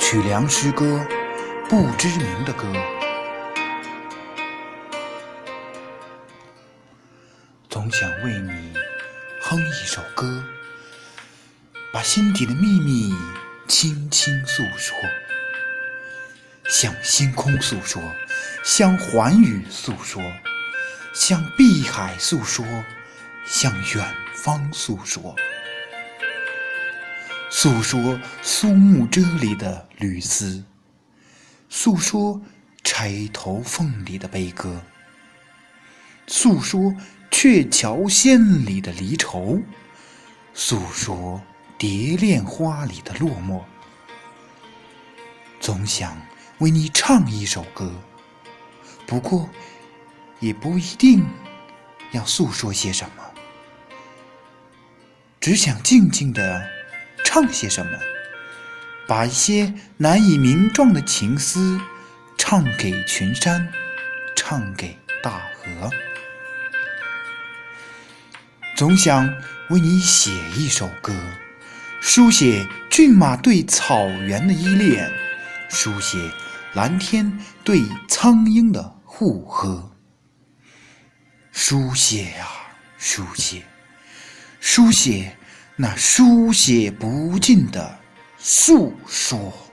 曲梁诗歌，不知名的歌。总想为你哼一首歌，把心底的秘密轻轻诉说，向星空诉说，向寰宇诉说，向碧海诉说，向远方诉说，诉说苏幕遮里的缕丝，诉说钗头凤里的悲歌，诉说鹊桥仙里的离愁，诉说蝶恋花里的落寞。总想为你唱一首歌，不过也不一定要诉说些什么，只想静静地唱些什么，把一些难以名状的情思唱给群山，唱给大河。总想为你写一首歌，书写骏马对草原的依恋，书写蓝天对苍鹰的护呵。书写呀，书写，书写那书写不尽的诉说。